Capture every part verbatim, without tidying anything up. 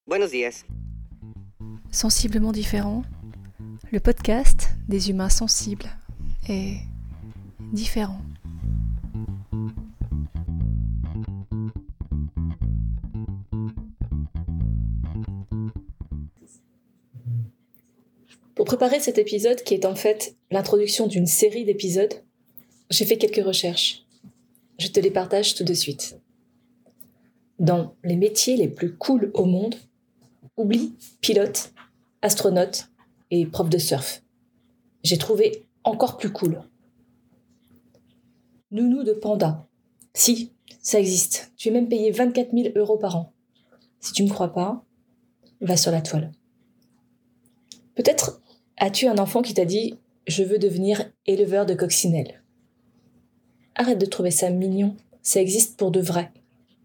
Buenos días. Sensiblement différent, le podcast des humains sensibles est différent. Pour préparer cet épisode, qui est en fait l'introduction d'une série d'épisodes, j'ai fait quelques recherches. Je te les partage tout de suite. Dans les métiers les plus cool au monde, oublie pilote, astronaute et prof de surf. J'ai trouvé encore plus cool. Nounou de panda. Si, ça existe. Tu es même payé vingt-quatre mille euros par an. Si tu ne me crois pas, va sur la toile. Peut-être as-tu un enfant qui t'a dit « Je veux devenir éleveur de coccinelles ». Arrête de trouver ça mignon, ça existe pour de vrai.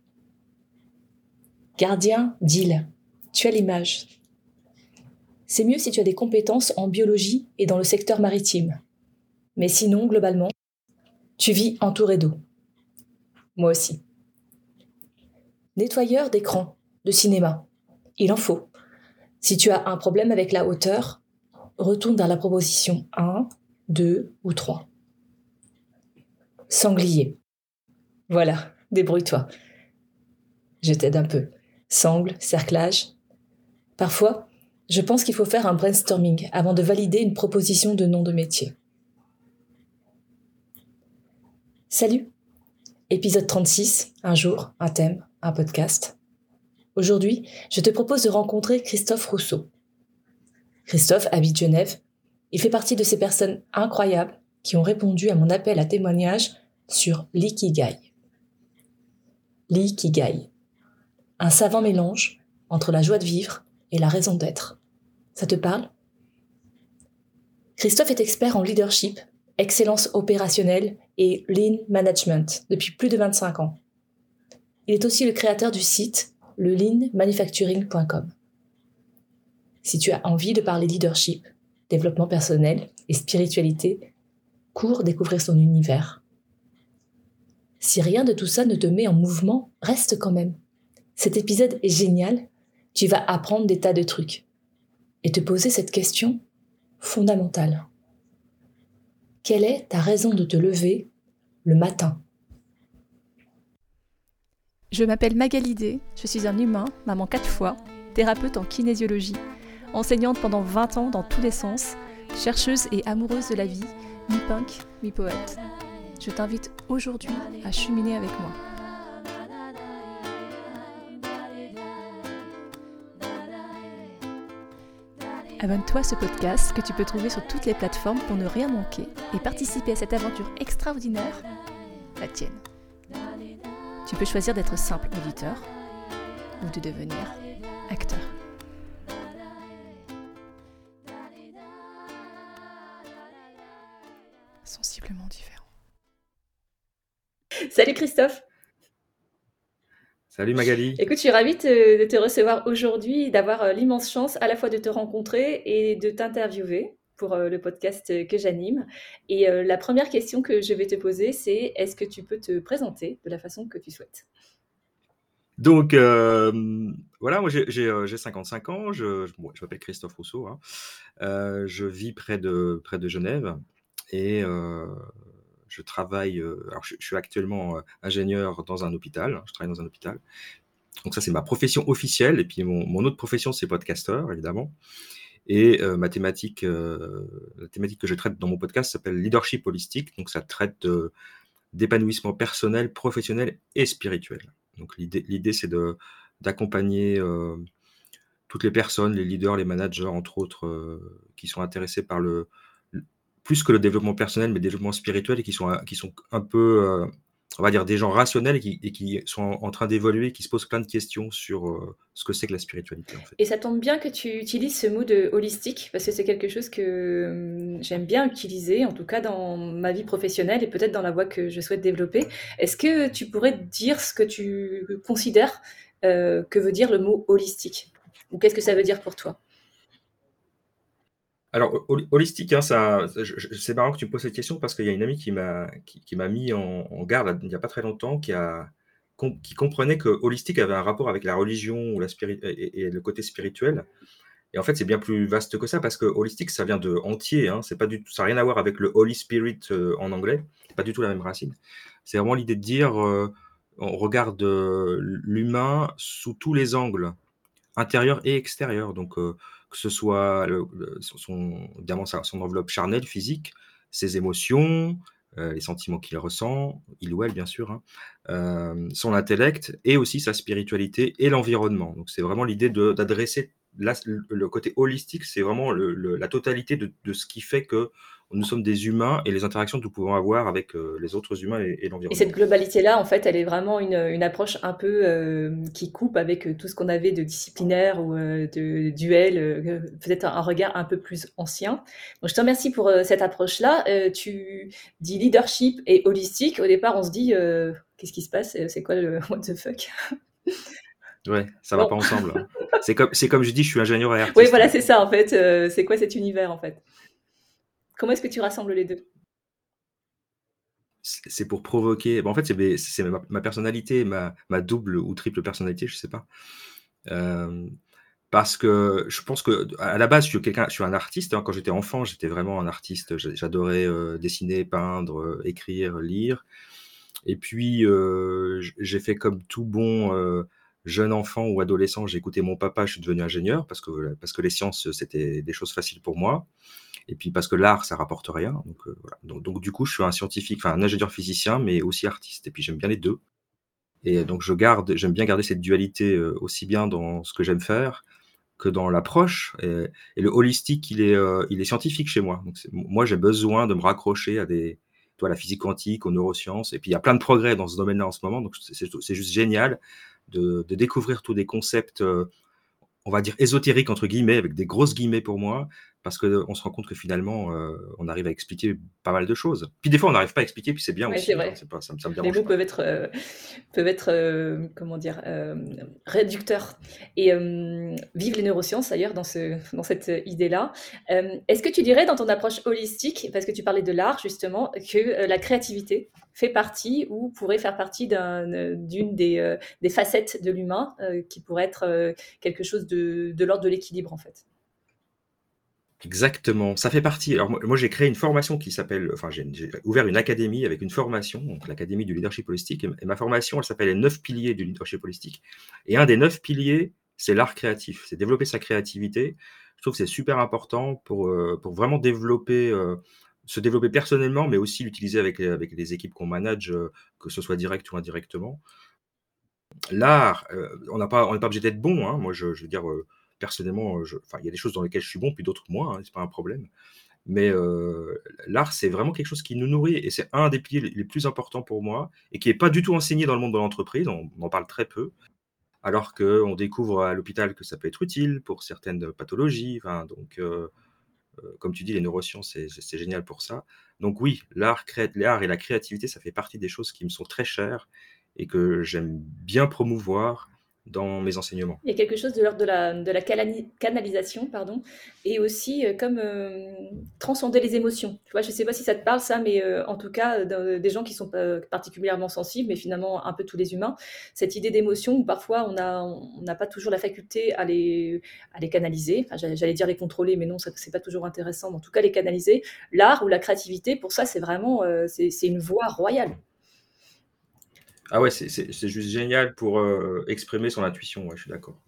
Gardien d'île, tu as l'image. C'est mieux si tu as des compétences en biologie et dans le secteur maritime. Mais sinon, globalement, tu vis entouré d'eau. Moi aussi. Nettoyeur d'écran, de cinéma, il en faut. Si tu as un problème avec la hauteur, retourne vers la proposition un, deux ou trois. Sanglier. Voilà, débrouille-toi. Je t'aide un peu. Sangle, cerclage. Parfois, je pense qu'il faut faire un brainstorming avant de valider une proposition de nom de métier. Salut! Épisode trente-six, un jour, un thème, un podcast. Aujourd'hui, je te propose de rencontrer Christophe Rousseau. Christophe habite Genève. Il fait partie de ces personnes incroyables qui ont répondu à mon appel à témoignage sur l'ikigai. L'ikigai. Un savant mélange entre la joie de vivre et la raison d'être. Ça te parle ? Christophe est expert en leadership, excellence opérationnelle et lean management depuis plus de vingt-cinq ans. Il est aussi le créateur du site le lean manufacturing point com. Si tu as envie de parler leadership, développement personnel et spiritualité, cours découvrir son univers. Si rien de tout ça ne te met en mouvement, reste quand même. Cet épisode est génial, tu vas apprendre des tas de trucs. Et te poser cette question fondamentale. Quelle est ta raison de te lever le matin ? Je m'appelle Magali Day, je suis un humain, maman quatre fois, thérapeute en kinésiologie, enseignante pendant vingt ans dans tous les sens, chercheuse et amoureuse de la vie, mi-punk, mi-poète. Je t'invite aujourd'hui à cheminer avec moi. Abonne-toi à ce podcast que tu peux trouver sur toutes les plateformes pour ne rien manquer et participer à cette aventure extraordinaire, la tienne. Tu peux choisir d'être simple auditeur ou de devenir acteur. Sensiblement différent. Salut Christophe. Salut Magali. Écoute, je suis ravie de te recevoir aujourd'hui, d'avoir l'immense chance à la fois de te rencontrer et de t'interviewer pour le podcast que j'anime. Et la première question que je vais te poser, c'est est-ce que tu peux te présenter de la façon que tu souhaites ? Donc, euh, voilà, moi j'ai, j'ai, j'ai cinquante-cinq ans, je, je, bon, je m'appelle Christophe Rousseau, hein. euh, je vis près de, près de Genève et euh, je travaille, euh, alors je, je suis actuellement ingénieur dans un hôpital, je travaille dans un hôpital. Donc ça c'est ma profession officielle et puis mon, mon autre profession c'est podcasteur évidemment. Et euh, ma thématique, euh, la thématique que je traite dans mon podcast s'appelle leadership holistique, donc ça traite de, d'épanouissement personnel, professionnel et spirituel. Donc l'idée, l'idée c'est de, d'accompagner euh, toutes les personnes, les leaders, les managers, entre autres, euh, qui sont intéressés par le, le- plus que le développement personnel, mais le développement spirituel et qui sont, qui sont un peu, euh, on va dire, des gens rationnels et qui, et qui sont en, en train d'évoluer, qui se posent plein de questions sur euh, ce que c'est que la spiritualité, en fait. Et ça tombe bien que tu utilises ce mot de holistique, parce que c'est quelque chose que hum, j'aime bien utiliser, en tout cas dans ma vie professionnelle et peut-être dans la voie que je souhaite développer. Est-ce que tu pourrais dire ce que tu considères euh, que veut dire le mot holistique ? Ou qu'est-ce que ça veut dire pour toi ? Alors, hol- holistique, hein, ça, je- je- c'est marrant que tu me poses cette question parce qu'il y a une amie qui m'a, qui, qui m'a mis en, en garde il n'y a pas très longtemps, qui a, com- qui comprenait que holistique avait un rapport avec la religion ou la spiri- et, et- et le côté spirituel. Et en fait, c'est bien plus vaste que ça parce que holistique, ça vient de entier. Hein, c'est pas du tout, ça n'a rien à voir avec le Holy Spirit euh, en anglais. C'est pas du tout la même racine. C'est vraiment l'idée de dire, euh, on regarde euh, l'humain sous tous les angles, intérieur et extérieur. Donc, euh, que ce soit le- le- son, son- évidemment sa- son enveloppe charnelle, physique, ses émotions, euh, les sentiments qu'il ressent, il ou elle bien sûr, hein, euh, son intellect et aussi sa spiritualité et l'environnement. Donc, c'est vraiment l'idée de- d'adresser là, le le côté holistique, c'est vraiment le- le- la totalité de, de ce qui fait que nous sommes des humains et les interactions que nous pouvons avoir avec euh, les autres humains et, et Et cette l'environnement. globalité-là, en fait, elle est vraiment une, une approche un peu euh, qui coupe avec euh, tout ce qu'on avait de disciplinaire ou euh, de duel, euh, peut-être un, un regard un peu plus ancien. Donc, je te remercie pour euh, cette approche-là. Euh, tu dis leadership et holistique. Au départ, on se dit, euh, qu'est-ce qui se passe? C'est c'est quoi le what the fuck? Ouais, ça va Bon, pas ensemble, hein. C'est comme, c'est comme je dis, je suis ingénieur et oui, artiste, voilà, hein. c'est ça, en fait. Euh, c'est quoi cet univers, en fait? Comment est-ce que tu rassembles les deux? C'est c'est pour provoquer. Bah, en fait, c'est mes- c'est ma, ma personnalité, ma, ma double ou triple personnalité, je sais pas. Euh, Parce que je pense que à la base, je suis quelqu'un, je suis un artiste, hein. Quand j'étais enfant, j'étais vraiment un artiste. J'a- J'adorais euh, dessiner, peindre, euh, écrire, lire. Et puis, euh, j- j'ai fait comme tout bon euh, jeune enfant ou adolescent, j'ai écouté mon papa, je suis devenu ingénieur parce que, parce que les sciences, c'était des choses faciles pour moi. Et puis parce que l'art, ça rapporte rien. Donc, euh, voilà. Donc, donc, du coup, je suis un scientifique, enfin un ingénieur physicien, mais aussi artiste. Et puis j'aime bien les deux. Et donc je garde, j'aime bien garder cette dualité euh, aussi bien dans ce que j'aime faire que dans l'approche. Et, et le holistique, il est, euh, il est scientifique chez moi. Donc c'est- moi, j'ai besoin de me raccrocher à des, toi, à la physique quantique, aux neurosciences. Et puis il y a plein de progrès dans ce domaine-là en ce moment. Donc c'est c'est- c'est juste génial de, de découvrir tous des concepts euh, on va dire ésotérique entre guillemets, avec des grosses guillemets pour moi, parce qu'on se rend compte que finalement, euh, on arrive à expliquer pas mal de choses. Puis des fois, on n'arrive pas à expliquer, puis c'est bien Oui, c'est aussi. Hein, vrai. c'est pas, ça, me- ça me Les dérange mots pas. peuvent être, euh, peuvent être euh, comment dire, euh, réducteurs. Et euh, vive les neurosciences d'ailleurs dans, ce, dans cette idée-là. Euh, Est-ce que tu dirais dans ton approche holistique, parce que tu parlais de l'art justement, que euh, la créativité fait partie ou pourrait faire partie d'un- euh, d'une des, euh, des facettes de l'humain euh, qui pourrait être euh, quelque chose de, de l'ordre de l'équilibre en fait? Exactement, ça fait partie. Alors moi, moi, j'ai créé une formation qui s'appelle, enfin j'ai j'ai ouvert une académie avec une formation, donc l'académie du leadership holistique. Et, et ma formation, elle s'appelle les neuf piliers du leadership holistique. Et un des neuf piliers, c'est l'art créatif, c'est développer sa créativité. Je trouve que c'est super important pour euh, pour vraiment développer, euh, se développer personnellement, mais aussi l'utiliser avec les, avec les équipes qu'on manage, euh, que ce soit direct ou indirectement. L'art, euh, on n'a pas, on n'est pas obligé d'être bon, hein. Moi, je, je veux dire, euh, personnellement, je, enfin, il y a des choses dans lesquelles je suis bon, puis d'autres moins, hein, c'est pas un problème. Mais euh, l'art, c'est vraiment quelque chose qui nous nourrit et c'est un des piliers les les plus importants pour moi et qui est pas du tout enseigné dans le monde de l'entreprise. On, on en parle très peu, alors qu'on découvre à l'hôpital que ça peut être utile pour certaines pathologies. Enfin, donc, euh, euh, comme tu dis, les neurosciences, c'est c'est génial pour ça. Donc oui, l'art, cré- l'art et la créativité, ça fait partie des choses qui me sont très chères et que j'aime bien promouvoir dans mes enseignements. Il y a quelque chose de l'ordre de la, de la calani- canalisation, pardon, et aussi euh, comme euh, transcender les émotions. Tu vois, je ne sais pas si ça te parle ça, mais euh, en tout cas, euh, dans- des gens qui sont pas particulièrement sensibles, mais finalement un peu tous les humains, cette idée d'émotion où parfois on a, on n'a pas toujours la faculté à les, à les canaliser. Enfin, j'allais j'allais dire les contrôler, mais non, ça c'est pas toujours intéressant. Mais en tout cas, les canaliser. L'art ou la créativité, pour ça, c'est vraiment, euh, c'est c'est une voie royale. Ah ouais, c'est c'est- c'est juste génial pour euh, exprimer son intuition, ouais, je suis d'accord.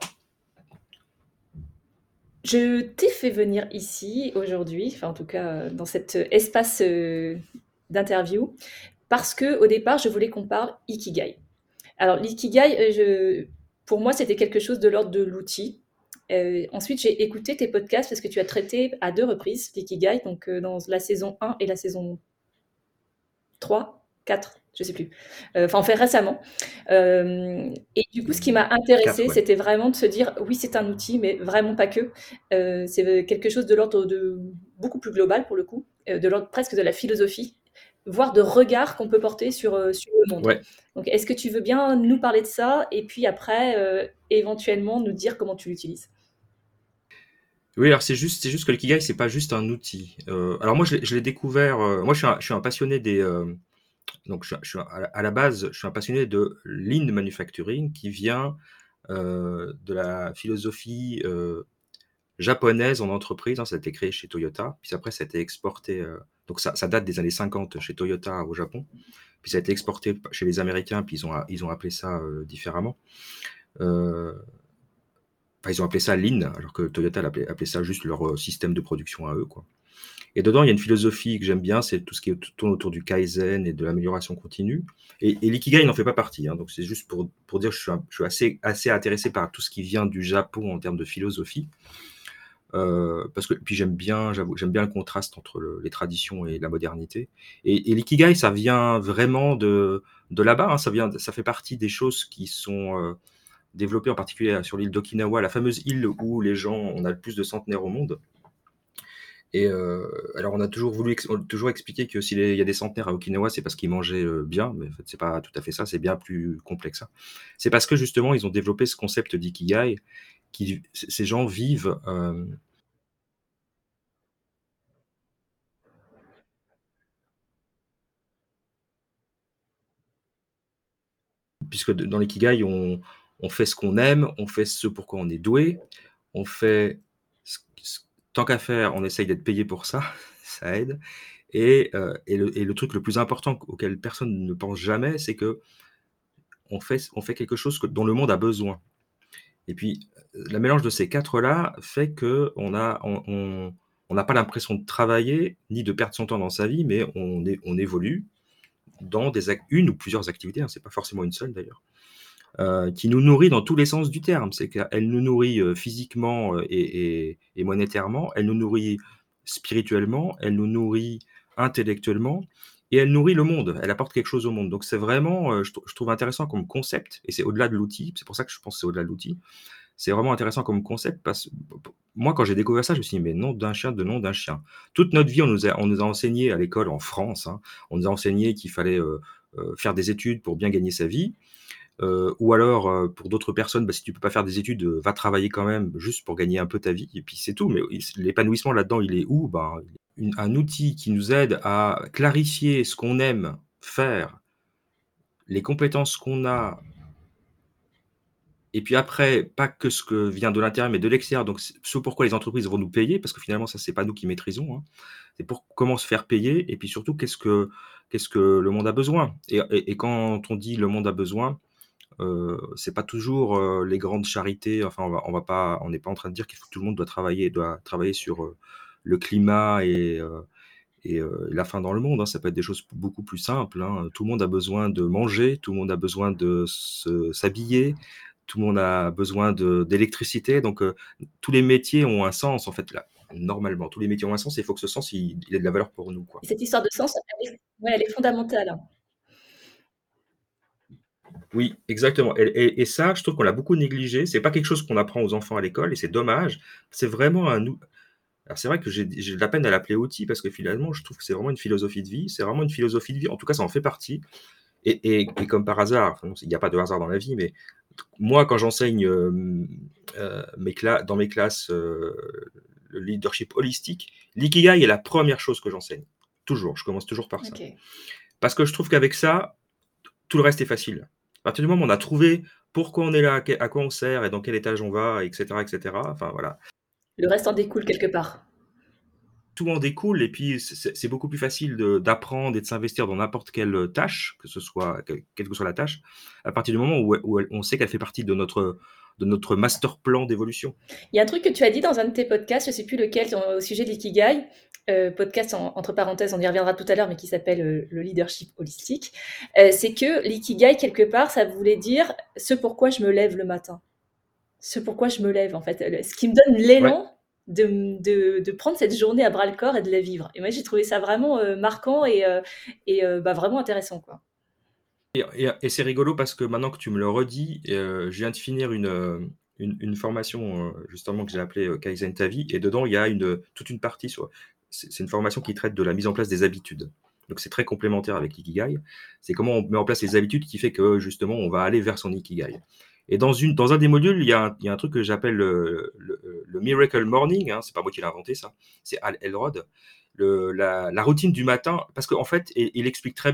Je t'ai fait venir ici aujourd'hui, enfin en tout cas euh, dans cet euh, espace euh, d'interview, parce que au départ je voulais qu'on parle ikigai. Alors l'ikigai, euh, je- pour moi c'était quelque chose de l'ordre de l'outil. Euh, ensuite j'ai écouté tes podcasts parce que tu as traité à deux reprises l'ikigai, donc euh, dans la saison un et la saison trois, quatre, je sais plus. Euh, Enfin, en fait, récemment. Euh, et du coup, ce qui m'a Quatre, intéressée, ouais. c'était vraiment de se dire, oui, c'est un outil, mais vraiment pas que. Euh, c'est quelque chose de l'ordre de beaucoup plus global pour le coup, euh, de l'ordre presque de la philosophie, voire de regard qu'on peut porter sur, euh, sur le monde. Ouais. Donc, est-ce que tu veux bien nous parler de ça et puis après, euh, éventuellement, nous dire comment tu l'utilises? Oui, alors c'est juste, c'est juste que le Kigai, c'est pas juste un outil. Euh, alors moi, je l'ai je l'ai découvert. Euh, moi, je suis un, je suis un passionné des, euh, Donc je suis je suis à la à la base, je suis un passionné de lean manufacturing qui vient, heu, de la philosophie, heu, japonaise en entreprise, hein. Ça a été créé chez Toyota, puis après ça a été exporté, heu, donc ça ça date des années cinquante chez Toyota au Japon, puis ça a été exporté p chez les Américains, puis ils ont a ils ont appelé ça, heu, différemment. Heu, enfin ils ont appelé ça lean, alors que Toyota l'appelait appelait ça juste leur, heu, système de production à eux, quoi. Et dedans, il y a une philosophie que j'aime bien, c'est tout ce qui est tourne autour du kaizen et de l'amélioration continue. Et, et l'ikigai n'en fait pas partie, hein. Donc c'est juste pour, pour dire que je suis, un- je suis assez, assez intéressé par tout ce qui vient du Japon en termes de philosophie. Euh, parce que puis j'aime bien, j'avoue, j'aime bien le contraste entre le- les traditions et la modernité. Et, et l'ikigai, ça vient vraiment de, de là-bas, hein. Ça vient, ça fait partie des choses qui sont euh, développées en particulier sur l'île d'Okinawa, la fameuse île où les gens, on a le plus de centenaires au monde. Et euh, alors, on a toujours voulu ex- on a toujours expliquer que s'il y a des centenaires à Okinawa, c'est parce qu'ils mangeaient euh, bien, mais en fait, c'est pas tout à fait ça, c'est bien plus complexe, hein. C'est parce que justement, ils ont développé ce concept d'ikigai, qui c- ces gens vivent, euh, puisque de- dans l'ikigai, on, on fait ce qu'on aime, on fait ce pour quoi on est doué, on fait ce- ce- tant qu'à faire, on essaye d'être payé pour ça, ça aide. Et, euh, et le, et le truc le plus important auquel personne ne pense jamais, c'est que on fait, on fait quelque chose que- dont le monde a besoin. Et puis, euh, le mélange de ces quatre-là fait qu'on a, on, on- on n'a pas l'impression de travailler ni de perdre son temps dans sa vie, mais on, est, on évolue dans des, ac- une ou plusieurs activités, hein, c'est pas forcément une seule d'ailleurs, euh, qui nous nourrit dans tous les sens du terme. C'est qu'elle nous nourrit euh, physiquement euh, et, et- et monétairement, elle nous nourrit spirituellement, elle nous nourrit intellectuellement, et elle nourrit le monde, elle apporte quelque chose au monde. Donc c'est vraiment, euh, je, trou- je trouve intéressant comme concept, et c'est au-delà de l'outil, c'est pour ça que je pense que c'est au-delà de l'outil. C'est vraiment intéressant comme concept parce que moi, quand j'ai découvert ça, je me suis dit, mais nom d'un chien, de nom d'un chien. Toute notre vie, on nous a, on nous a enseigné à l'école en France, hein, on nous a enseigné qu'il fallait euh, euh, faire des études pour bien gagner sa vie. Euh, ou alors, euh, pour d'autres personnes, bah, si tu peux pas faire des études, euh, va travailler quand même juste pour gagner un peu ta vie. Et puis c'est tout. Mais il- l'épanouissement là-dedans, il est où? Ben, une- un outil qui nous aide à clarifier ce qu'on aime faire, les compétences qu'on a. Et puis après, pas que ce que vient de l'intérieur, mais de l'extérieur. Donc, c'est ce pourquoi les entreprises vont nous payer, parce que finalement, ça, c'est pas nous qui maîtrisons, hein. C'est pour comment se faire payer, et puis surtout, qu'est-ce que, qu'est-ce que le monde a besoin. Et, et- et quand on dit le monde a besoin, euh, c'est pas toujours euh, les grandes charités. Enfin, on va, on va pas, on n'est pas en train de dire qu'il faut que tout le monde doit travailler, doit travailler sur euh, le climat et, euh, et euh, la faim dans le monde, hein. Ça peut être des choses beaucoup plus simples, hein. Tout le monde a besoin de manger, tout le monde a besoin de se- s'habiller, tout le monde a besoin de- d'électricité. Donc, euh, tous les métiers ont un sens, en fait, là. Normalement, tous les métiers ont un sens et il faut que ce sens, il, il ait de la valeur pour nous, quoi. Et cette histoire de sens, elle est, ouais, elle est fondamentale, hein. Oui, exactement. Et, et- et ça, je trouve qu'on l'a beaucoup négligé. C'est pas quelque chose qu'on apprend aux enfants à l'école et c'est dommage. C'est vraiment un. ou- Alors, c'est vrai que j'ai j'ai de la peine à l'appeler outil parce que finalement, je trouve que c'est vraiment une philosophie de vie. C'est vraiment une philosophie de vie. En tout cas, ça en fait partie. Et, et- et comme par hasard, enfin, il n'y a pas de hasard dans la vie, mais moi, quand j'enseigne euh, euh, mes cla- dans mes classes euh, le leadership holistique, l'ikigai est la première chose que j'enseigne. Toujours, je commence toujours par ça. Ok. Parce que je trouve qu'avec ça, tout le reste est facile. À partir du moment où on a trouvé pourquoi on est là, à quoi on sert et dans quel étage on va, et cetera, et cetera. Enfin voilà, Le reste en découle quelque part. tout en découle et puis c'est c'est beaucoup plus facile de- d'apprendre et de s'investir dans n'importe quelle tâche, que ce soit que- quelle que soit la tâche, à partir du moment où, où elle- on sait qu'elle fait partie de notre de notre master plan d'évolution. Il y a un truc que tu as dit dans un de tes podcasts, je ne sais plus lequel, au sujet de l'ikigai, euh, podcast en- entre parenthèses, on y reviendra tout à l'heure, mais qui s'appelle euh, le leadership holistique. Euh, c'est que l'ikigai, quelque part, ça voulait dire ce pourquoi je me lève le matin. Ce pourquoi je me lève, en fait. Le- Ce qui me donne Ouais. l'élan de, de, de prendre cette journée à bras le corps et de la vivre. Et moi, j'ai trouvé ça vraiment euh, marquant et, euh, et euh, bah, vraiment intéressant, quoi. Et, et- et c'est rigolo parce que maintenant que tu me le redis, euh, je viens de finir une, euh, une, une formation euh, justement que j'ai appelée euh, Kaizen Ta Vie, et dedans il y a une, toute une partie sur. C'est c'est une formation qui traite de la mise en place des habitudes. Donc c'est très complémentaire avec l'ikigai. C'est comment on met en place les habitudes qui fait que justement on va aller vers son ikigai. Et dans, une, dans un des modules, il y a un, il y a un truc que j'appelle le, le- le Miracle Morning, hein, c'est pas moi qui l'ai inventé ça, c'est Al Elrod, le- la, la routine du matin, parce qu'en fait, il, il explique très bien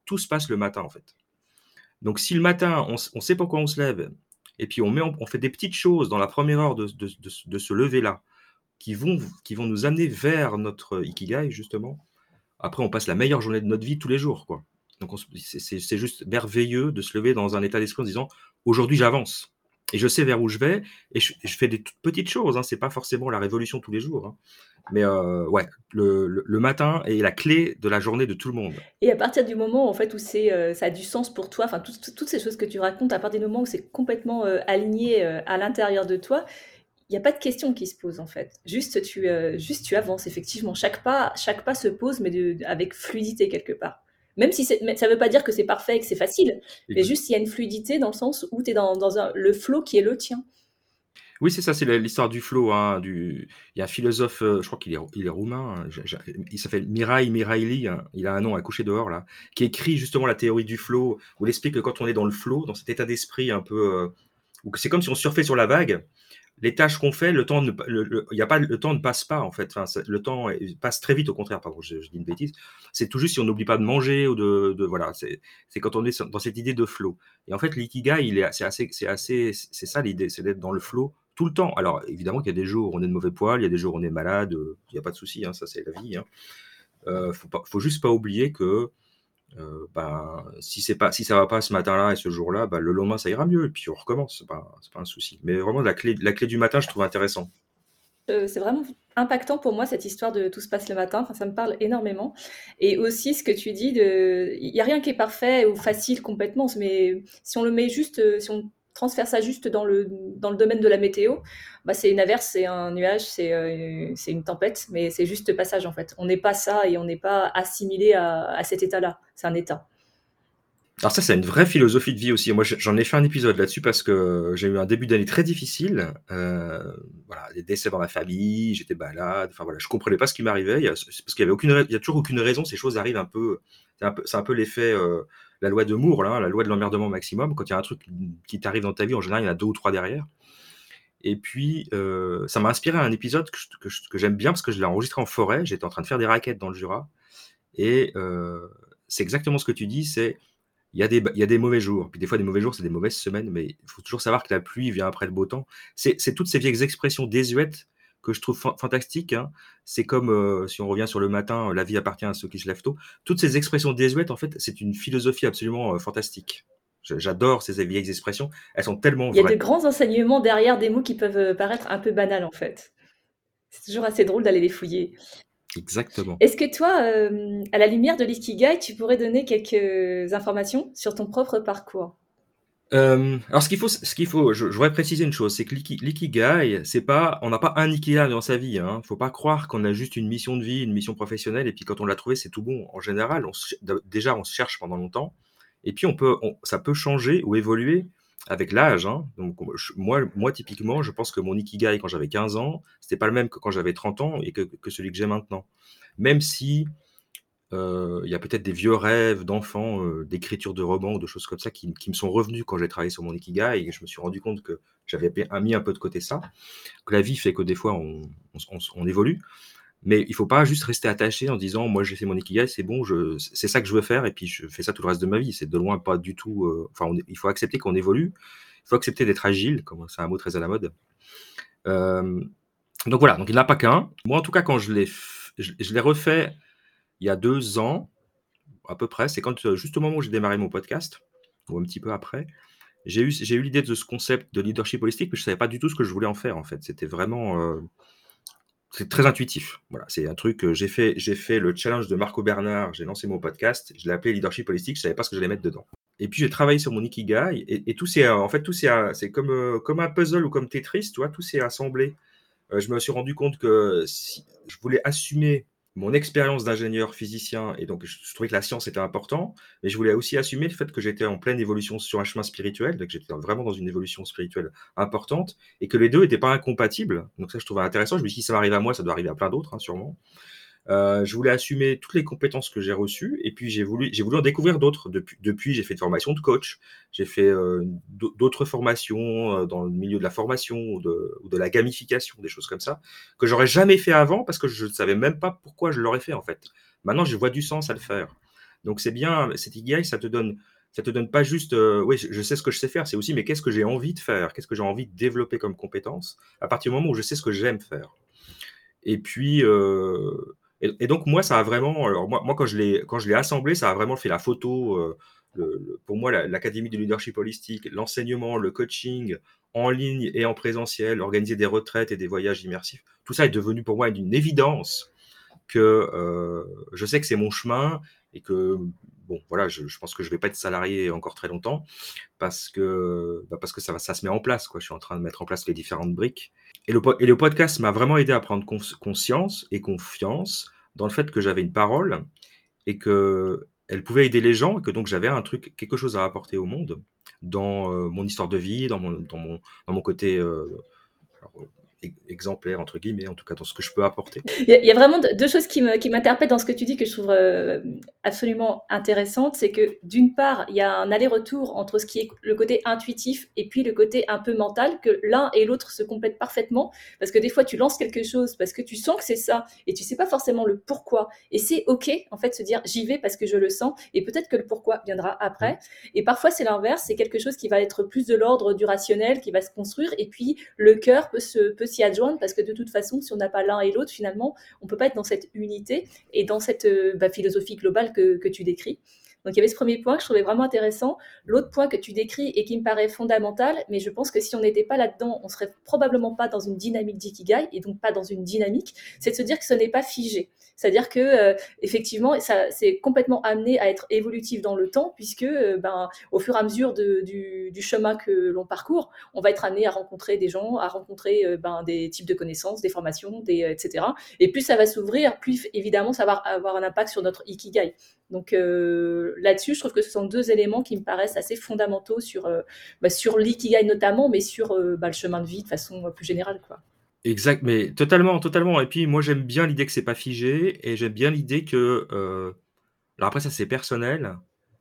tout se passe le matin, en fait. Donc, si le matin, on, on sait pourquoi on se lève, et puis on, met, on fait des petites choses dans la première heure de, de, de, de ce lever-là, qui vont, qui vont nous amener vers notre Ikigai, justement. Après, on passe la meilleure journée de notre vie tous les jours, quoi. Donc, on, c'est, c'est, c'est juste merveilleux de se lever dans un état d'esprit en disant « Aujourd'hui, j'avance. Et je sais vers où je vais. Et je, je fais des toutes petites choses. Hein, c'est pas forcément la révolution tous les jours. Hein. Mais euh, ouais, le, le, le matin est la clé de la journée de tout le monde. Et à partir du moment en fait, où c'est, euh, ça a du sens pour toi, enfin tout, tout, toutes ces choses que tu racontes, à partir du moment où c'est complètement euh, aligné euh, à l'intérieur de toi, il n'y a pas de question qui se pose en fait. Juste tu, euh, juste tu avances, effectivement. Chaque pas, chaque pas se pose, mais de, de- avec fluidité quelque part. Même si c'est, mais ça ne veut pas dire que c'est parfait et que c'est facile, mais juste il y a une fluidité dans le sens où tu es dans, dans un, le flow qui est le tien. Oui, c'est ça, c'est la- l'histoire du flow. Hein, du... Il y a un philosophe, euh, je crois qu'il est, il est roumain, hein, j'ai- j'ai- il s'appelle Mirail Miraili, hein, il a un nom à coucher dehors, là, qui écrit justement la théorie du flow, où il explique que quand on est dans le flow, dans cet état d'esprit un peu... euh, où c'est comme si on surfait sur la vague, les tâches qu'on fait, le temps ne, le, le- il y a pas, le temps ne passe pas, en fait. Enfin, ça- le temps est- passe très vite, au contraire, pardon, je, je dis une bêtise. C'est tout juste si on n'oublie pas de manger ou de, de voilà, c'est, c'est quand on est sur- dans cette idée de flow. Et en fait, l'ikigai, il est, c'est assez, c'est assez, c'est ça l'idée, c'est d'être dans le flow tout le temps. Alors, évidemment qu'il y a des jours où on est de mauvais poil, il y a des jours où on est malade, euh, il n'y a pas de souci, hein, ça c'est la vie. Hein. Euh, faut pas, faut juste pas oublier que euh, ben, si c'est pas, si ça va pas ce matin-là et ce jour-là, ben, le lendemain ça ira mieux et puis on recommence. C'est pas, c'est pas un souci. Mais vraiment la clé, la clé du matin, je trouve intéressant. Euh, c'est vraiment impactant pour moi cette histoire de tout se passe le matin. Enfin, ça me parle énormément. Et aussi ce que tu dis de, il y a rien qui est parfait ou facile complètement, mais si on le met juste, euh, si on transfère ça juste dans le dans le domaine de la météo, bah c'est une averse, c'est un nuage, c'est euh, c'est une tempête, mais c'est juste passage en fait. On n'est pas ça et on n'est pas assimilé à, à cet état-là. C'est un état. Alors ça, c'est une vraie philosophie de vie aussi. Moi, j'en ai fait un épisode là-dessus parce que j'ai eu un début d'année très difficile. Euh, voilà, des décès dans la famille, j'étais malade. Enfin voilà, je comprenais pas ce qui m'arrivait. Il y a, parce qu'il y avait aucune, il y a toujours aucune raison. Ces choses arrivent un peu. C'est un peu, c'est un peu l'effet, euh, la loi de Moore, là, hein, la loi de l'emmerdement maximum. Quand il y a un truc qui t'arrive dans ta vie, en général, il y en a deux ou trois derrière. Et puis, euh, ça m'a inspiré un épisode que, je- que, je- que j'aime bien parce que je l'ai enregistré en forêt. J'étais en train de faire des raquettes dans le Jura. Et euh, c'est exactement ce que tu dis. C'est il y a des, il y a des mauvais jours. Puis des fois, des mauvais jours, c'est des mauvaises semaines, mais il faut toujours savoir que la pluie vient après le beau temps. C'est, c'est toutes ces vieilles expressions désuètes que je trouve fa- fantastiques. Hein. C'est comme, euh, si on revient sur le matin, euh, la vie appartient à ceux qui se lèvent tôt. Toutes ces expressions désuètes, en fait, c'est une philosophie absolument euh, fantastique. Je- J'adore ces vieilles expressions. Elles sont tellement Il y a de vraies. grands enseignements derrière des mots qui peuvent euh, paraître un peu banals en fait. C'est toujours assez drôle d'aller les fouiller. Exactement. Est-ce que toi, euh, à la lumière de l'ikigai, tu pourrais donner quelques informations sur ton propre parcours? Euh, alors, ce qu'il faut, ce qu'il faut, je, je voudrais préciser une chose, c'est que l'iki- l'ikigai, c'est pas, on n'a pas un ikigai dans sa vie. Hein. Faut pas croire qu'on a juste une mission de vie, une mission professionnelle, et puis quand on l'a trouvé, c'est tout bon. En général, on se- déjà, on se cherche pendant longtemps, et puis on peut, on- ça peut changer ou évoluer avec l'âge. Hein. Donc, je- moi, moi, typiquement, je pense que mon ikigai quand j'avais quinze ans, c'était pas le même que quand j'avais trente ans et que, que celui que j'ai maintenant. Même si euh, il y a peut-être des vieux rêves d'enfants, euh, d'écriture de romans ou de choses comme ça qui, qui me sont revenus quand j'ai travaillé sur mon Ikigai et je me suis rendu compte que j'avais pe- mis un peu de côté ça, que la vie fait que des fois on, on, on- on évolue, mais il faut pas juste rester attaché en disant moi j'ai fait mon Ikigai, c'est bon, je, c'est ça que je veux faire et puis je fais ça tout le reste de ma vie. C'est de loin pas du tout. euh, Enfin, on est- il faut accepter qu'on évolue, il faut accepter d'être agile, comme c'est un mot très à la mode. Euh, donc voilà, donc il n'y en a pas qu'un. Moi en tout cas, quand je l'ai, f- je, je l'ai refait il y a deux ans à peu près, c'est quand, euh, juste au moment où j'ai démarré mon podcast, ou un petit peu après, j'ai eu, j'ai eu l'idée de ce concept de leadership holistique, mais je ne savais pas du tout ce que je voulais en faire, en fait. C'était vraiment, euh, c'est très intuitif. Voilà, c'est un truc que j'ai fait, j'ai fait le challenge de Marco Bernard, j'ai lancé mon podcast, je l'ai appelé leadership holistique, je ne savais pas ce que j'allais mettre dedans. Et puis j'ai travaillé sur mon Ikigai, et, et tout c'est, en fait, tout c'est, c'est comme, euh, comme un puzzle ou comme Tetris, tu vois, tout s'est assemblé. Euh, je me suis rendu compte que si je voulais assumer mon expérience d'ingénieur physicien, et donc je, je trouvais que la science était important, mais je voulais aussi assumer le fait que j'étais en pleine évolution sur un chemin spirituel, donc j'étais vraiment dans une évolution spirituelle importante, et que les deux n'étaient pas incompatibles. Donc ça, je trouvais intéressant. Je me suis dit, si ça m'arrive à moi, ça doit arriver à plein d'autres, hein, sûrement. Euh, je voulais assumer toutes les compétences que j'ai reçues et puis j'ai voulu, j'ai voulu en découvrir d'autres. Depuis, depuis j'ai fait une formation de coach, j'ai fait euh, d'autres formations euh, dans le milieu de la formation ou de, ou de la gamification, des choses comme ça, que j'aurais jamais fait avant parce que je ne savais même pas pourquoi je l'aurais fait en fait. Maintenant, je vois du sens à le faire. Donc c'est bien, cet ikigai, ça te donne, ça te donne pas juste, euh, oui, je sais ce que je sais faire, c'est aussi, mais qu'est-ce que j'ai envie de faire, qu'est-ce que j'ai envie de développer comme compétence, à partir du moment où je sais ce que j'aime faire. Et puis, euh, et, et donc moi, ça a vraiment, alors moi, moi quand je l'ai, quand je l'ai assemblé, ça a vraiment fait la photo. euh, le- le- pour moi, la- l'Académie du leadership holistique, l'enseignement, le coaching en ligne et en présentiel, organiser des retraites et des voyages immersifs, tout ça est devenu pour moi une évidence que euh, je sais que c'est mon chemin et que bon, voilà, je, je pense que je vais pas être salarié encore très longtemps parce que bah, parce que ça va, ça se met en place, quoi. Je suis en train de mettre en place les différentes briques. Et le, po- et le podcast m'a vraiment aidé à prendre cons- conscience et confiance dans le fait que j'avais une parole et que elle pouvait aider les gens et que donc j'avais un truc, quelque chose à apporter au monde dans euh, mon histoire de vie, dans mon, dans mon, dans mon côté euh, alors, e- exemplaire, entre guillemets, en tout cas dans ce que je peux apporter. Il y, a, il y a vraiment deux choses qui, me, qui m'interpellent dans ce que tu dis que je trouve euh, absolument intéressantes. C'est que d'une part, il y a un aller-retour entre ce qui est le côté intuitif et puis le côté un peu mental, que l'un et l'autre se complètent parfaitement. Parce que des fois, tu lances quelque chose parce que tu sens que c'est ça et tu sais pas forcément le pourquoi. Et c'est OK, en fait, se dire j'y vais parce que je le sens et peut-être que le pourquoi viendra après. Et parfois, c'est l'inverse, c'est quelque chose qui va être plus de l'ordre du rationnel, qui va se construire et puis le cœur peut, se, peut s'y adjoindre parce que de toute façon, si on n'a pas l'un et l'autre, finalement, on ne peut pas être dans cette unité et dans cette euh, bah, philosophie globale que, que tu décris. Donc il y avait ce premier point que je trouvais vraiment intéressant. L'autre point que tu décris et qui me paraît fondamental, mais je pense que si on n'était pas là-dedans, on serait probablement pas dans une dynamique d'ikigai et donc pas dans une dynamique, c'est de se dire que ce n'est pas figé. C'est-à-dire que euh, effectivement, ça, c'est complètement amené à être évolutif dans le temps, puisque euh, ben, au fur et à mesure de, du, du chemin que l'on parcourt, on va être amené à rencontrer des gens, à rencontrer euh, ben, des types de connaissances, des formations, des, euh, et cetera. Et plus ça va s'ouvrir, plus évidemment ça va avoir un impact sur notre ikigai. Donc euh, là-dessus, je trouve que ce sont deux éléments qui me paraissent assez fondamentaux sur, euh, bah, sur l'ikigai notamment, mais sur euh, bah, le chemin de vie de façon plus générale, quoi. Exact, mais totalement, totalement. Et puis moi j'aime bien l'idée que c'est pas figé et j'aime bien l'idée que euh, alors après ça c'est personnel,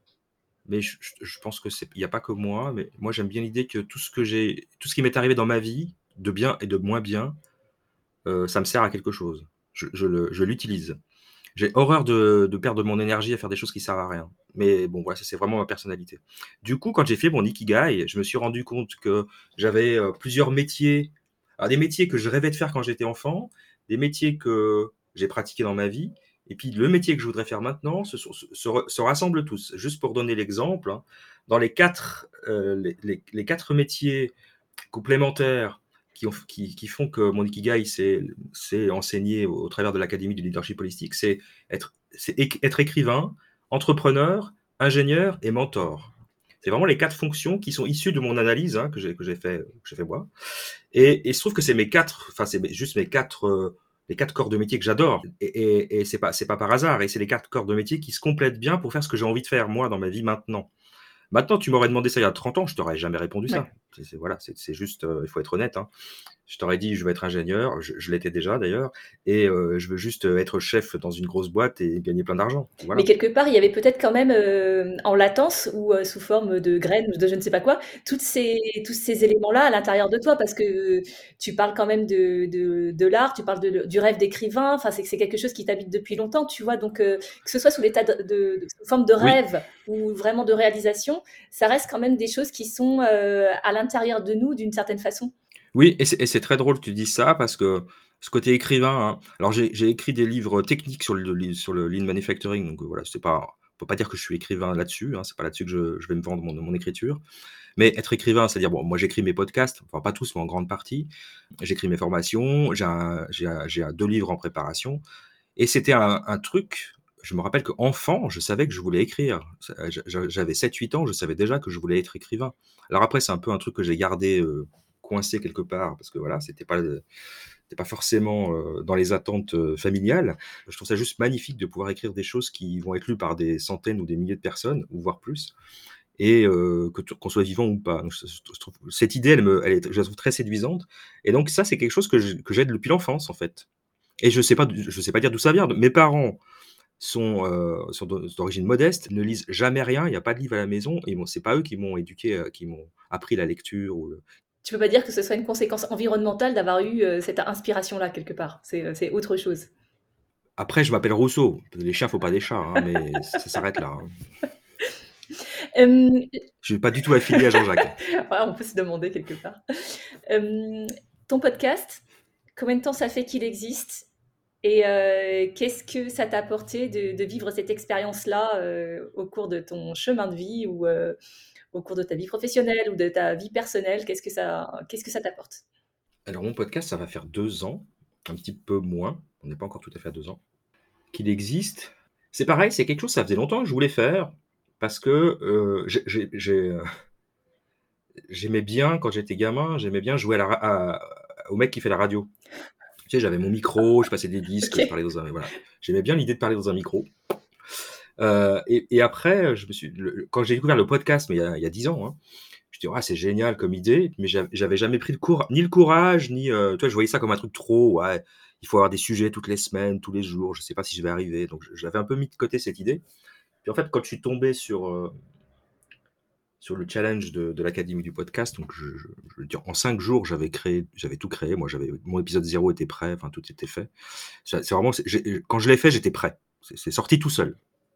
mais je, je- je pense que c'est il y a pas que moi, mais moi j'aime bien l'idée que tout ce que j'ai, tout ce qui m'est arrivé dans ma vie, de bien et de moins bien, euh, ça me sert à quelque chose. Je, je le, je l'utilise. J'ai horreur de, de perdre mon énergie à faire des choses qui servent à rien. Mais bon, voilà, ça c'est vraiment ma personnalité. Du coup, quand j'ai fait mon ikigai, je me suis rendu compte que j'avais euh, plusieurs métiers. Alors, des métiers que je rêvais de faire quand j'étais enfant, des métiers que j'ai pratiqués dans ma vie, et puis le métier que je voudrais faire maintenant se, se, se, se rassemblent tous. Juste pour donner l'exemple, hein, dans les quatre, euh, les, les, les quatre métiers complémentaires qui, ont, qui, qui font que mon ikigai c'est enseigné au, au travers de l'Académie du leadership holistique, c'est être, être écrivain, entrepreneur, ingénieur et mentor. C'est vraiment les quatre fonctions qui sont issues de mon analyse hein, que j'ai que j'ai fait, que j'ai fait moi. Et, et il se trouve que c'est mes quatre, enfin c'est juste mes quatre, euh, les quatre corps de métier que j'adore. Et, et, et c'est pas c'est pas par hasard. Et c'est les quatre corps de métier qui se complètent bien pour faire ce que j'ai envie de faire moi dans ma vie maintenant. Maintenant, tu m'aurais demandé ça il y a trente ans, je t'aurais jamais répondu Ouais. ça. C'est, c'est- voilà, c'est, c'est juste, euh, il faut être honnête. Hein. Je t'aurais dit, je veux être ingénieur, je, je l'étais déjà d'ailleurs, et euh, je veux juste euh, être chef dans une grosse boîte et gagner plein d'argent. Mais Voilà. quelque part, il y avait peut-être quand même euh, en latence ou euh, sous forme de graines ou de je ne sais pas quoi, toutes ces, tous ces éléments-là à l'intérieur de toi, parce que tu parles quand même de, de, de l'art, tu parles de, du rêve d'écrivain, enfin, c'est que c'est quelque chose qui t'habite depuis longtemps, tu vois. Donc, euh, que ce soit sous l'état de, de, de- sous forme de Oui, rêve ou vraiment de réalisation, ça reste quand même des choses qui sont euh, à l'intérieur de nous d'une certaine façon. oui, et c'est, et c'est très drôle que tu dis ça parce que ce côté écrivain, hein, alors j'ai, j'ai écrit des livres techniques sur le, sur le lean manufacturing, donc euh, voilà, c'est pas, on peut pas dire que je suis écrivain là-dessus, hein, c'est pas là-dessus que je, je vais me vendre mon, mon écriture. Mais être écrivain, c'est-à-dire, bon, moi j'écris mes podcasts, enfin pas tous, mais en grande partie. J'écris mes formations, j'ai, un- j'ai, un- j'ai un- deux livres en préparation. Et c'était un, un truc, je me rappelle qu'enfant, je savais que je voulais écrire. Ça- j'a- J'avais sept huit ans, je savais déjà que je voulais être écrivain. Alors après, c'est un peu un truc que j'ai gardé euh, coincé quelque part, parce que voilà, c'était pas, c'était pas forcément euh, dans les attentes euh, familiales. Je trouve ça juste magnifique de pouvoir écrire des choses qui vont être lues par des centaines ou des milliers de personnes, ou voire plus et euh, que tu- qu'on soit vivant ou pas. Donc, je, je trouve, cette idée, elle me, elle est, je la trouve très séduisante. Et donc ça, c'est quelque chose que je- que j'aide depuis l'enfance, en fait. Et je sais pas, je sais pas dire d'où ça vient. Mes parents sont, euh, sont d'o- d'origine modeste, ne lisent jamais rien. Il n'y a pas de livre à la maison. Et bon, c'est pas eux qui m'ont éduqué, euh, qui m'ont appris la lecture. Ou le... Tu peux pas dire que ce soit une conséquence environnementale d'avoir eu euh, cette inspiration-là quelque part. C'est, euh, c'est autre chose. Après, je m'appelle Rousseau. Les chiens, faut pas des chats, hein, mais ça s'arrête là. Hein. Euh, Je suis pas du tout affilié à Jean-Jacques. ouais, on peut se demander quelque part. Euh, ton podcast, combien de temps ça fait qu'il existe et euh, qu'est-ce que ça t'a apporté de, de vivre cette expérience-là euh, au cours de ton chemin de vie ou euh, au cours de ta vie professionnelle ou de ta vie personnelle? Qu'est-ce que ça, qu'est-ce que ça t'apporte? Alors, mon podcast, ça va faire deux ans, un petit peu moins. On n'est pas encore tout à fait à deux ans. Qu'il existe. C'est pareil, c'est quelque chose, ça faisait longtemps que je voulais faire parce que euh, j'ai, j'ai, j'ai, euh, j'aimais bien, quand j'étais gamin, j'aimais bien jouer à la, ra- à- au mec qui fait la radio. Tu sais, j'avais mon micro, je passais des disques, je Ok. parlais dans un. Voilà. J'aimais bien l'idée de parler dans un micro. Euh, et, et après, je me suis, le- quand j'ai découvert le podcast, mais il y a, il y a dix ans, hein, je me suis dit, ah, c'est génial comme idée, mais j'avais j'avais jamais pris le cour, ni le courage, ni. Euh, toi, je voyais ça comme un truc trop, ouais, il faut avoir des sujets toutes les semaines, tous les jours, je sais pas si je vais arriver. Donc, j'avais un peu mis de côté cette idée. Puis en fait, quand je suis tombé sur, euh, sur le challenge de, de l'Académie du podcast, donc je, je, je veux dire, en cinq jours, j'avais créé, j'avais tout créé. Moi, j'avais mon épisode zéro était prêt, enfin tout était fait. C'est c'est vraiment, c'est- j'ai- quand je l'ai fait, j'étais prêt. C'est c'est sorti tout seul.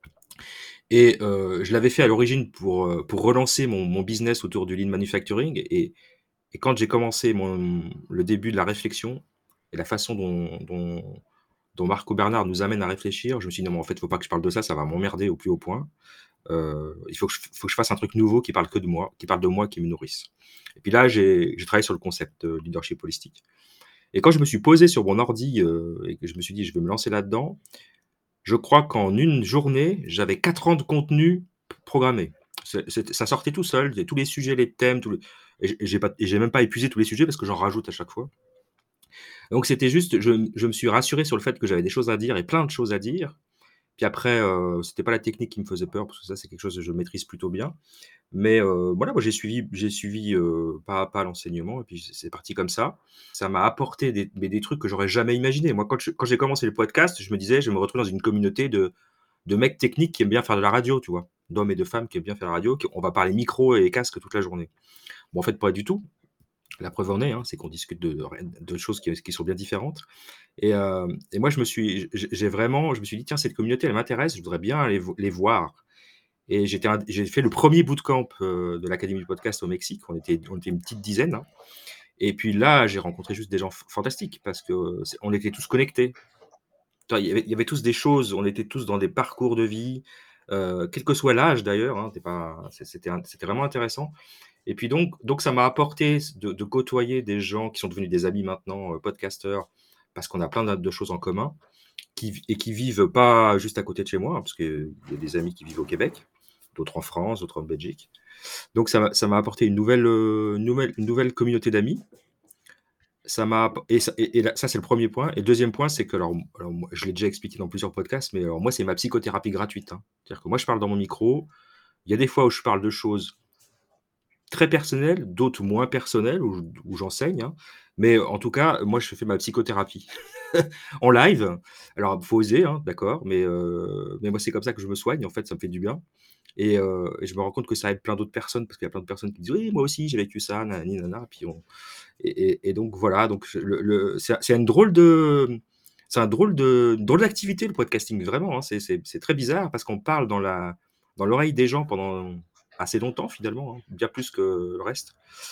Et euh, je l'avais fait à l'origine pour, euh, pour relancer mon, mon business autour du lean manufacturing. Et, et quand j'ai commencé mon, le début de la réflexion et la façon dont, dont, dont Marco Bernard nous amène à réfléchir, je me suis dit non, mais en fait, il ne faut pas que je parle de ça, ça va m'emmerder au plus haut point. Euh, il faut que, je, faut que je fasse un truc nouveau qui parle que de moi, qui parle de moi, qui me nourrisse. Et puis là, j'ai j'ai travaillé sur le concept de leadership holistique. Et quand je me suis posé sur mon ordi euh, et que je me suis dit, je vais me lancer là-dedans, je crois qu'en une journée, j'avais quatre ans de contenu programmé. C'est- c'est- ça sortait tout seul, tous les sujets, les thèmes, tout le- et j'ai- et j'ai pas- et j'ai même pas épuisé tous les sujets parce que j'en rajoute à chaque fois. Donc c'était juste, je, je me suis rassuré sur le fait que j'avais des choses à dire et plein de choses à dire. Puis après, euh, c'était pas la technique qui me faisait peur parce que ça, c'est quelque chose que je maîtrise plutôt bien. Mais euh, voilà, moi j'ai suivi, j'ai suivi euh, pas à pas l'enseignement et puis c'est c'est parti comme ça. Ça m'a apporté des, mais des trucs que j'aurais jamais imaginé. Moi, quand je- quand j'ai commencé le podcast, je me disais, je me retrouve dans une communauté de, de mecs techniques qui aiment bien faire de la radio, tu vois, d'hommes et de femmes qui aiment bien faire de la radio. qui- On va parler micro et casque toute la journée. Bon, en fait, pas du tout. La preuve en est, hein, c'est qu'on discute de, de choses qui, qui sont bien différentes. Et, euh, et moi, je me suis, j'ai j'ai vraiment, je me suis dit, tiens, cette communauté, elle m'intéresse, je voudrais bien les, vo- les voir. Et j'étais un- j'ai fait le premier bootcamp euh, de l'Académie du podcast au Mexique. On était, on était une petite dizaine. Hein. Et puis là, j'ai rencontré juste des gens f- fantastiques parce que c'est- on était tous connectés. Toi, Il y avait, il y avait tous des choses, on était tous dans des parcours de vie, euh, quel que soit l'âge d'ailleurs. Hein, t'es pas- c'est- c'était un- c'était vraiment intéressant. Et puis donc, donc ça m'a apporté de, de côtoyer des gens qui sont devenus des amis maintenant, euh, podcasteurs, parce qu'on a plein de de choses en commun qui, et qui vivent pas juste à côté de chez moi, hein, parce qu'il y a des amis qui vivent au Québec, d'autres en France, d'autres en Belgique. Donc ça m'a ça m'a apporté une nouvelle, euh, une nouvelle, une nouvelle communauté d'amis. Ça m'a et ça, et, et là, ça c'est le premier point. Et le deuxième point, c'est que alors, alors, moi, je l'ai déjà expliqué dans plusieurs podcasts, mais alors moi c'est ma psychothérapie gratuite. Hein. C'est-à-dire que moi je parle dans mon micro. Il y a des fois où je parle de choses très personnelles, d'autres moins personnelles, où, où j'enseigne. Hein. Mais en tout cas, moi je fais ma psychothérapie en live. Alors faut oser, hein, d'accord, mais euh, mais moi c'est comme ça que je me soigne. En fait, ça me fait du bien. Et, euh, et je me rends compte que ça aide plein d'autres personnes parce qu'il y a plein de personnes qui disent oui, moi aussi j'ai vécu ça, nanani, nanana. Puis on, et, et- et donc voilà, donc je- le, le- c'est c'est une drôle de, c'est un drôle de, une drôle d'activité le podcasting vraiment. Hein. c'est c'est- c'est très bizarre parce qu'on parle dans la, dans l'oreille des gens pendant assez longtemps finalement, hein, bien plus que le reste.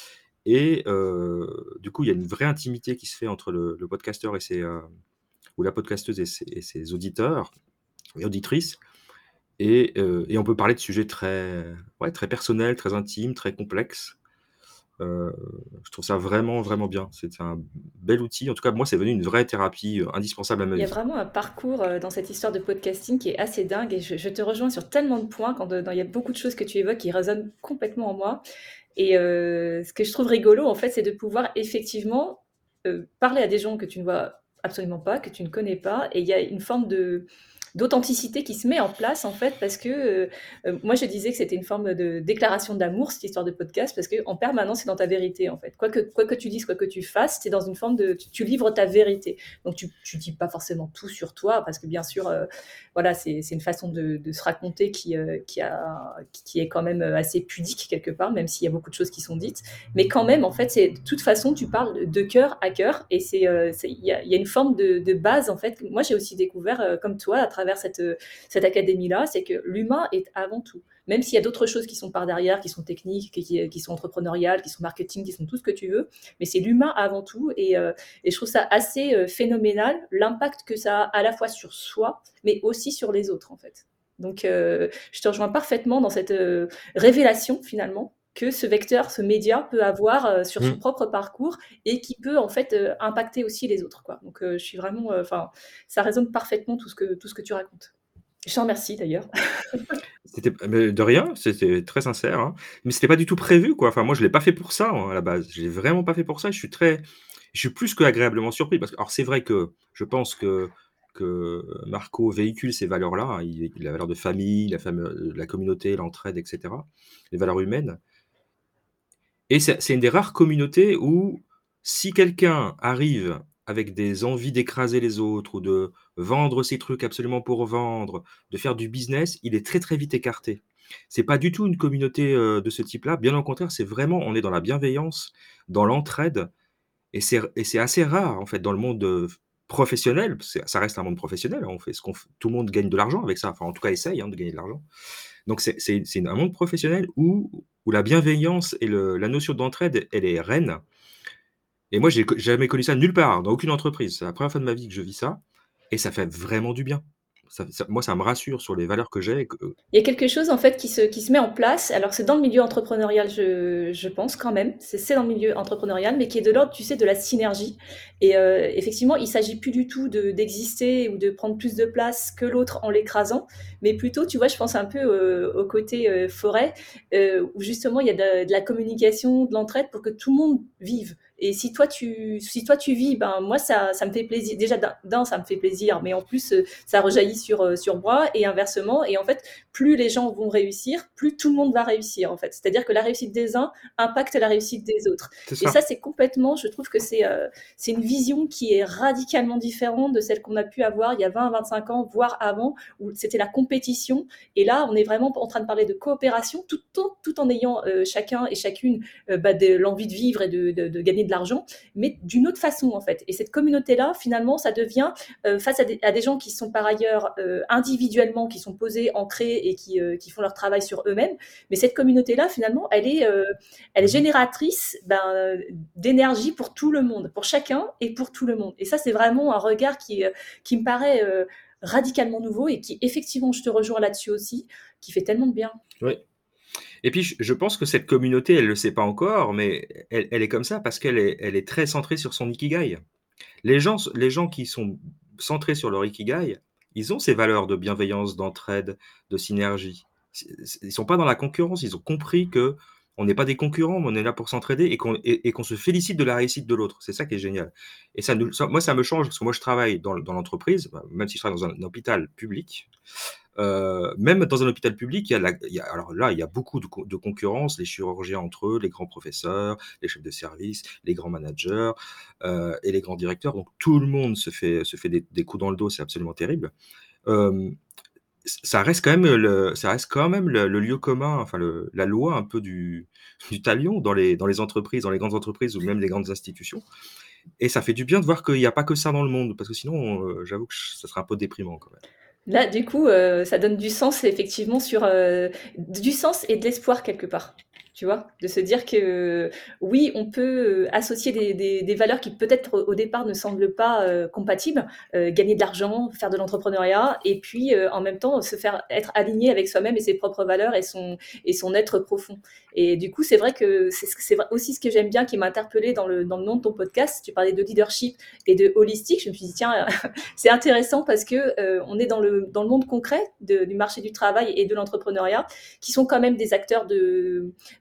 Et euh, du coup, il y a une vraie intimité qui se fait entre le, le podcasteur et ses, euh, ou la podcasteuse et ses, et ses auditeurs et auditrices. Et, euh, et on peut parler de sujets très, ouais, très personnels, très intimes, très complexes. Euh, je trouve ça vraiment, vraiment bien. C'est un bel outil. En tout cas, moi, c'est devenu une vraie thérapie euh, indispensable à ma Il y a vie. vraiment un parcours euh, dans cette histoire de podcasting qui est assez dingue et je, je te rejoins sur tellement de points quand euh, dans- il y a beaucoup de choses que tu évoques qui résonnent complètement en moi. Et euh, ce que je trouve rigolo, en fait, c'est de pouvoir effectivement euh, parler à des gens que tu ne vois absolument pas, que tu ne connais pas. Et il y a une forme de, d'authenticité qui se met en place, en fait, parce que euh, euh, moi, je disais que c'était une forme de déclaration d'amour, cette histoire de podcast, parce qu'en permanence, c'est dans ta vérité, en fait. Quoi que, quoi que tu dises, quoi que tu fasses, c'est dans une forme de... Tu, tu livres ta vérité. Donc, tu ne dis pas forcément tout sur toi, parce que bien sûr, euh, voilà, c'est, c'est une façon de, de se raconter qui, euh, qui, a, qui est quand même assez pudique, quelque part, même s'il y a beaucoup de choses qui sont dites. Mais quand même, en fait, c'est, de toute façon, tu parles de cœur à cœur, et c'est, euh, c'est, il y a, y a une forme de, de base, en fait. Moi, j'ai aussi découvert, euh, comme toi, à travers cette, cette académie-là, c'est que l'humain est avant tout. Même s'il y a d'autres choses qui sont par derrière, qui sont techniques, qui, qui sont entrepreneuriales, qui sont marketing, qui sont tout ce que tu veux, mais c'est l'humain avant tout. Et, euh, et je trouve ça assez euh, phénoménal, l'impact que ça a à la fois sur soi, mais aussi sur les autres, en fait. Donc, euh, je te rejoins parfaitement dans cette euh, révélation, finalement, que ce vecteur, ce média peut avoir euh, sur son Mmh. propre parcours et qui peut en fait euh, impacter aussi les autres, quoi. Donc euh, je suis vraiment, enfin, euh, ça résonne parfaitement tout ce que tout ce que tu racontes. Je t'en remercie d'ailleurs. C'était mais de rien, c'était très sincère, hein, mais c'était pas du tout prévu, quoi. Enfin, moi, je l'ai pas fait pour ça, hein, à la base. Je l'ai vraiment pas fait pour ça. Je suis très je suis plus qu'agréablement surpris parce que alors c'est vrai que je pense que que Marco véhicule ces valeurs-là, hein. Il véhicule la valeur de famille, la fame la communauté, l'entraide et cetera, les valeurs humaines et c'est c'est une des rares communautés où si quelqu'un arrive avec des envies d'écraser les autres ou de vendre ses trucs absolument pour vendre, de faire du business, il est très, très vite écarté. C'est pas du tout une communauté, heu, de ce type-là, bien au contraire, c'est vraiment on est dans la bienveillance, dans l'entraide et c'est et c'est assez rare, en fait, dans le monde, heu, professionnel, c'est ça reste un monde professionnel, hein, on fait ce qu'on f tout le monde gagne de l'argent avec ça, enfin, en tout cas, essaye, hein, de gagner de l'argent. Donc c'est c'est c'est un monde professionnel où où la bienveillance et le la notion d'entraide, elle est reine et moi, j'ai co jamais connu ça nulle part, dans aucune entreprise. C'est la première fois de ma vie que je vis ça et ça fait vraiment du bien. Ça ça moi, ça me rassure sur les valeurs que j'ai et que Il y a quelque chose en fait qui se, qui se met en place. Alors c'est dans le milieu entrepreneurial, je, je pense quand même. C'est, c'est dans le milieu entrepreneurial, mais qui est de l'ordre, tu sais, de la synergie. Et euh, effectivement, il s'agit plus du tout de, d'exister ou de prendre plus de place que l'autre en l'écrasant, mais plutôt, tu vois, je pense un peu euh, au côté euh, forêt, euh, où justement il y a de, de la communication, de l'entraide pour que tout le monde vive. Et si toi tu, si toi tu vis, ben moi ça, ça me fait plaisir. Déjà d'un, d'un, ça me fait plaisir, mais en plus euh, ça rejaillit sur euh, sur moi et inversement. Et en fait, plus les gens vont réussir, plus tout le monde va réussir en fait. C'est-à-dire que la réussite des uns impacte la réussite des autres. c'est Et ça. ça, c'est complètement, je trouve que c'est euh, c'est une vision qui est radicalement différente de celle qu'on a pu avoir il y a vingt, vingt-cinq ans, voire avant, où c'était la compétition. Et là, on est vraiment en train de parler de coopération, tout en, tout en ayant euh, chacun et chacune euh, bah, de l'envie de vivre et de, de, de gagner de l'argent, mais d'une autre façon en fait. Et cette communauté-là, finalement, ça devient euh, face à des, à des gens qui sont par ailleurs euh, individuellement, qui sont posés, ancrés et qui, euh, qui font leur travail sur eux-mêmes. Mais cette communauté-là, finalement, elle est, euh, elle est Mmh. génératrice ben, d'énergie pour tout le monde, pour chacun et pour tout le monde. Et ça, c'est vraiment un regard qui, qui me paraît euh, radicalement nouveau et qui, effectivement, je te rejoins là-dessus aussi, qui fait tellement de bien. Oui et puis je je pense que cette communauté, elle le sait pas encore, mais elle elle est comme ça parce qu'elle est elle est très centrée sur son ikigai. Les gens s les gens qui sont centrés sur leur ikigai, ils ont ces valeurs de bienveillance, d'entraide, de synergie. C c Ils sont pas dans la concurrence, ils ont compris que on n'est pas des concurrents, mais on est là pour s'entraider et qu'on et et qu'on se félicite de la réussite de l'autre. C'est ça qui est génial et ça nous ça moi, ça me change parce que moi, je travaille dans l dans l'entreprise, bah, même si je travaille dans un hôpital public, heu, même dans un hôpital public, il y a la il y a alors là, il y a beaucoup de co de concurrence, les chirurgiens entre eux, les grands professeurs, les chefs de service, les grands managers, heu et les grands directeurs. Donc tout le monde se fait se fait des des coups dans le dos, c'est absolument terrible. Hem, ç ça reste quand même le ça reste quand même le le lieu commun, enfin le la loi un peu du du talion dans les dans les entreprises, dans les grandes entreprises ou même les grandes institutions et ça fait du bien de voir qu'il y a pas que ça dans le monde parce que sinon, heu, j'avoue que ch ça serait un peu déprimant quand même. Là, du coup, euh, ça donne du sens effectivement sur euh, du sens et de l'espoir quelque part. Tu vois, de se dire que oui, on peut euh, associer des, des, des valeurs qui peut-être au au départ ne semblent pas euh, compatibles, euh, gagner de l'argent, faire de l'entrepreneuriat, et puis euh, en même temps se faire être aligné avec soi-même et ses propres valeurs et son et son être profond. Et du coup, c'est vrai que c'est ce que- c'est vrai- aussi ce que j'aime bien qui m'a interpellée dans le dans le nom de ton podcast. Tu parlais de leadership et de holistique. Je me suis dit tiens, c'est intéressant parce que euh, on est dans le dans le monde concret de- du marché du travail et de l'entrepreneuriat, qui sont quand même des acteurs de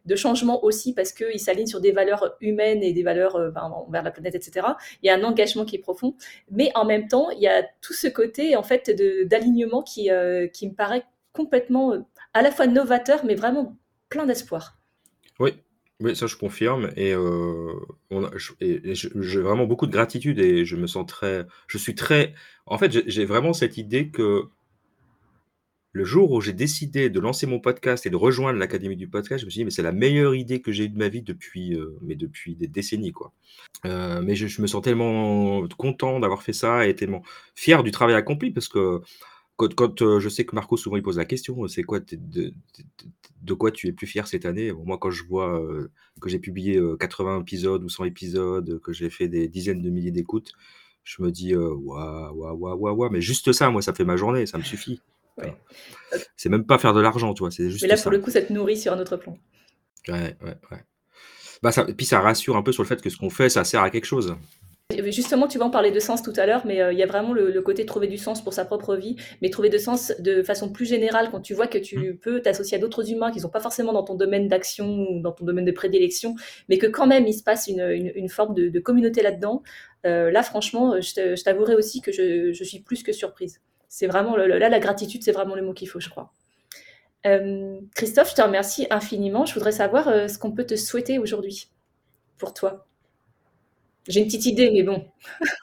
de changement aussi parce qu'il s'aligne sur des valeurs humaines et des valeurs euh, ben, envers la planète, et cetera. Il y a un engagement qui est profond, mais en même temps, il y a tout ce côté en fait de, d'alignement qui, euh, qui me paraît complètement euh, à la fois novateur, mais vraiment plein d'espoir. Oui, oui, ça je confirme et heu, on a je et et je j'ai vraiment beaucoup de gratitude et je me sens très je suis très en fait, j'ai j'ai vraiment cette idée que le jour où j'ai décidé de lancer mon podcast et de rejoindre l'académie du podcast, je me suis dit: «Mais c'est la meilleure idée que j'ai eue de ma vie depuis, heu, mais depuis des décennies, quoi». Heu, mais je je me sens tellement content d'avoir fait ça et tellement fier du travail accompli parce que quand quand, heu, je sais que Marco souvent il pose la question: «C'est quoi tes de de de de quoi tu es le plus fier cette année?» Bon moi quand je vois, heu, que j'ai publié, heu, quatre-vingts épisodes ou cent épisodes, que j'ai fait des dizaines de milliers d'écoutes, je me dis, heu: «Waouh, waouh, waouh, waouh, waouh», mais juste ça, moi, ça fait ma journée, ça me suffit, tu vois? Ouais. C'est même pas faire de l'argent, tu vois? C'est Mais juste là, pour ça. le coup, ça te nourrit sur un autre plan. Ouais, ouais, ouais. Bah, ça et puis ça rassure un peu sur le fait que ce qu'on fait, ça sert à quelque chose. Justement, tu vois, on parlait de sens tout à l'heure, mais euh, il y a vraiment le, le côté trouver du sens pour sa propre vie, mais trouver du sens de façon plus générale quand tu vois que Mmh. tu peux t'associer à d'autres humains qui ne sont pas forcément dans ton domaine d'action ou dans ton domaine de prédilection, mais que quand même il se passe une, une, une forme de, de communauté là-dedans. Euh, là, franchement, je, te- je t'avouerai aussi que je, je suis plus que surprise. C'est vraiment, le- là, la gratitude, c'est vraiment le mot qu'il faut, je crois. Euh, Christophe, je te remercie infiniment. Je voudrais savoir euh, ce qu'on peut te souhaiter aujourd'hui pour toi. J'ai une petite idée, mais bon.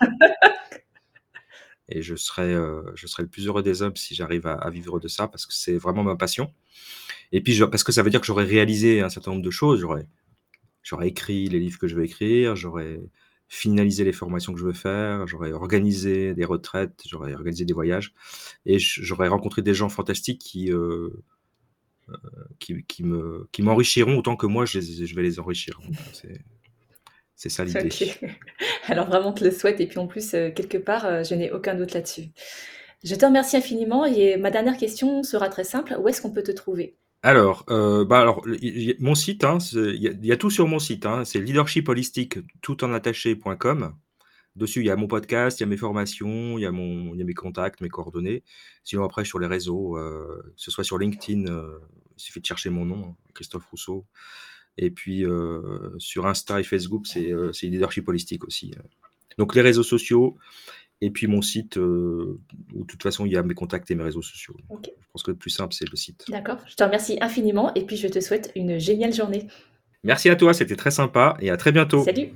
Et je serai, heu, je serai le plus heureux des hommes si j'arrive à à vivre de ça parce que c'est vraiment ma passion et puis je parce que ça veut dire que j'aurais réalisé un certain nombre de choses. J'aurais j'aurais écrit les livres que je veux écrire, j'aurais finalisé les formations que je veux faire, j'aurais organisé des retraites, j'aurais organisé des voyages et j j'aurais rencontré des gens fantastiques qui, heu, qui qui me qui m'enrichiront autant que moi je les je vais les enrichir. Donc c'est c'est ça l'idée. Ok. Alors vraiment, te le souhaite. Et puis en plus, euh, quelque part, euh, je n'ai aucun doute là-dessus. Je te remercie infiniment. Et ma dernière question sera très simple. Où est-ce qu'on peut te trouver? Alors, heu, bah, alors, il y a mon site, hein, c'est il y a il y a tout sur mon site, hein, c'est leadership holistique tout en attaché point com. Dessus, il y a mon podcast, il y a mes formations, il y a mon il y a mes contacts, mes coordonnées. Sinon après sur les réseaux, heu, que ce soit sur LinkedIn, heu, il suffit de chercher mon nom, Christophe Rousseau et puis, heu, sur Insta et Facebook, c'est, heu, c'est leadership holistique aussi, heu. Donc les réseaux sociaux et puis mon site, heu, où de toute façon il y a mes contacts et mes réseaux sociaux. Donc Ok. je pense que le plus simple, c'est le site. D'accord. Je te remercie infiniment. Et puis je te souhaite une géniale journée. Merci à toi, c'était très sympa et à très bientôt. Salut!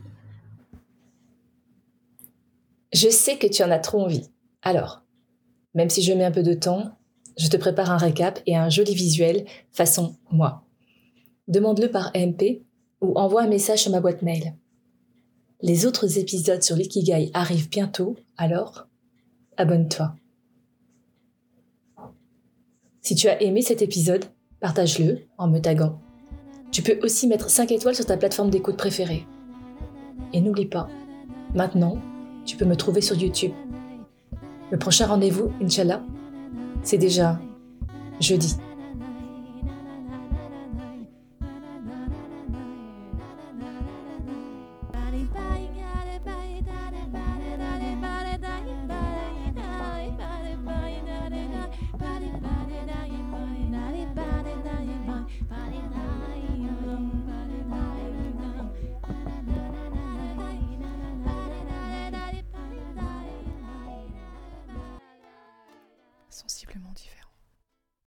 Je sais que tu en as trop envie. Alors, même si je mets un peu de temps, je te prépare un récap et un joli visuel façon moi. Demande-le par M P ou envoie un message sur ma boîte mail. Les autres épisodes sur l'ikigai arrivent bientôt, alors abonne-toi. Si tu as aimé cet épisode, partage-le en me taguant. Tu peux aussi mettre cinq étoiles sur ta plateforme d'écoute préférée. Et n'oublie pas, maintenant, tu peux me trouver sur YouTube. Le prochain rendez-vous, Inch'Allah, c'est déjà jeudi. Sensiblement différent.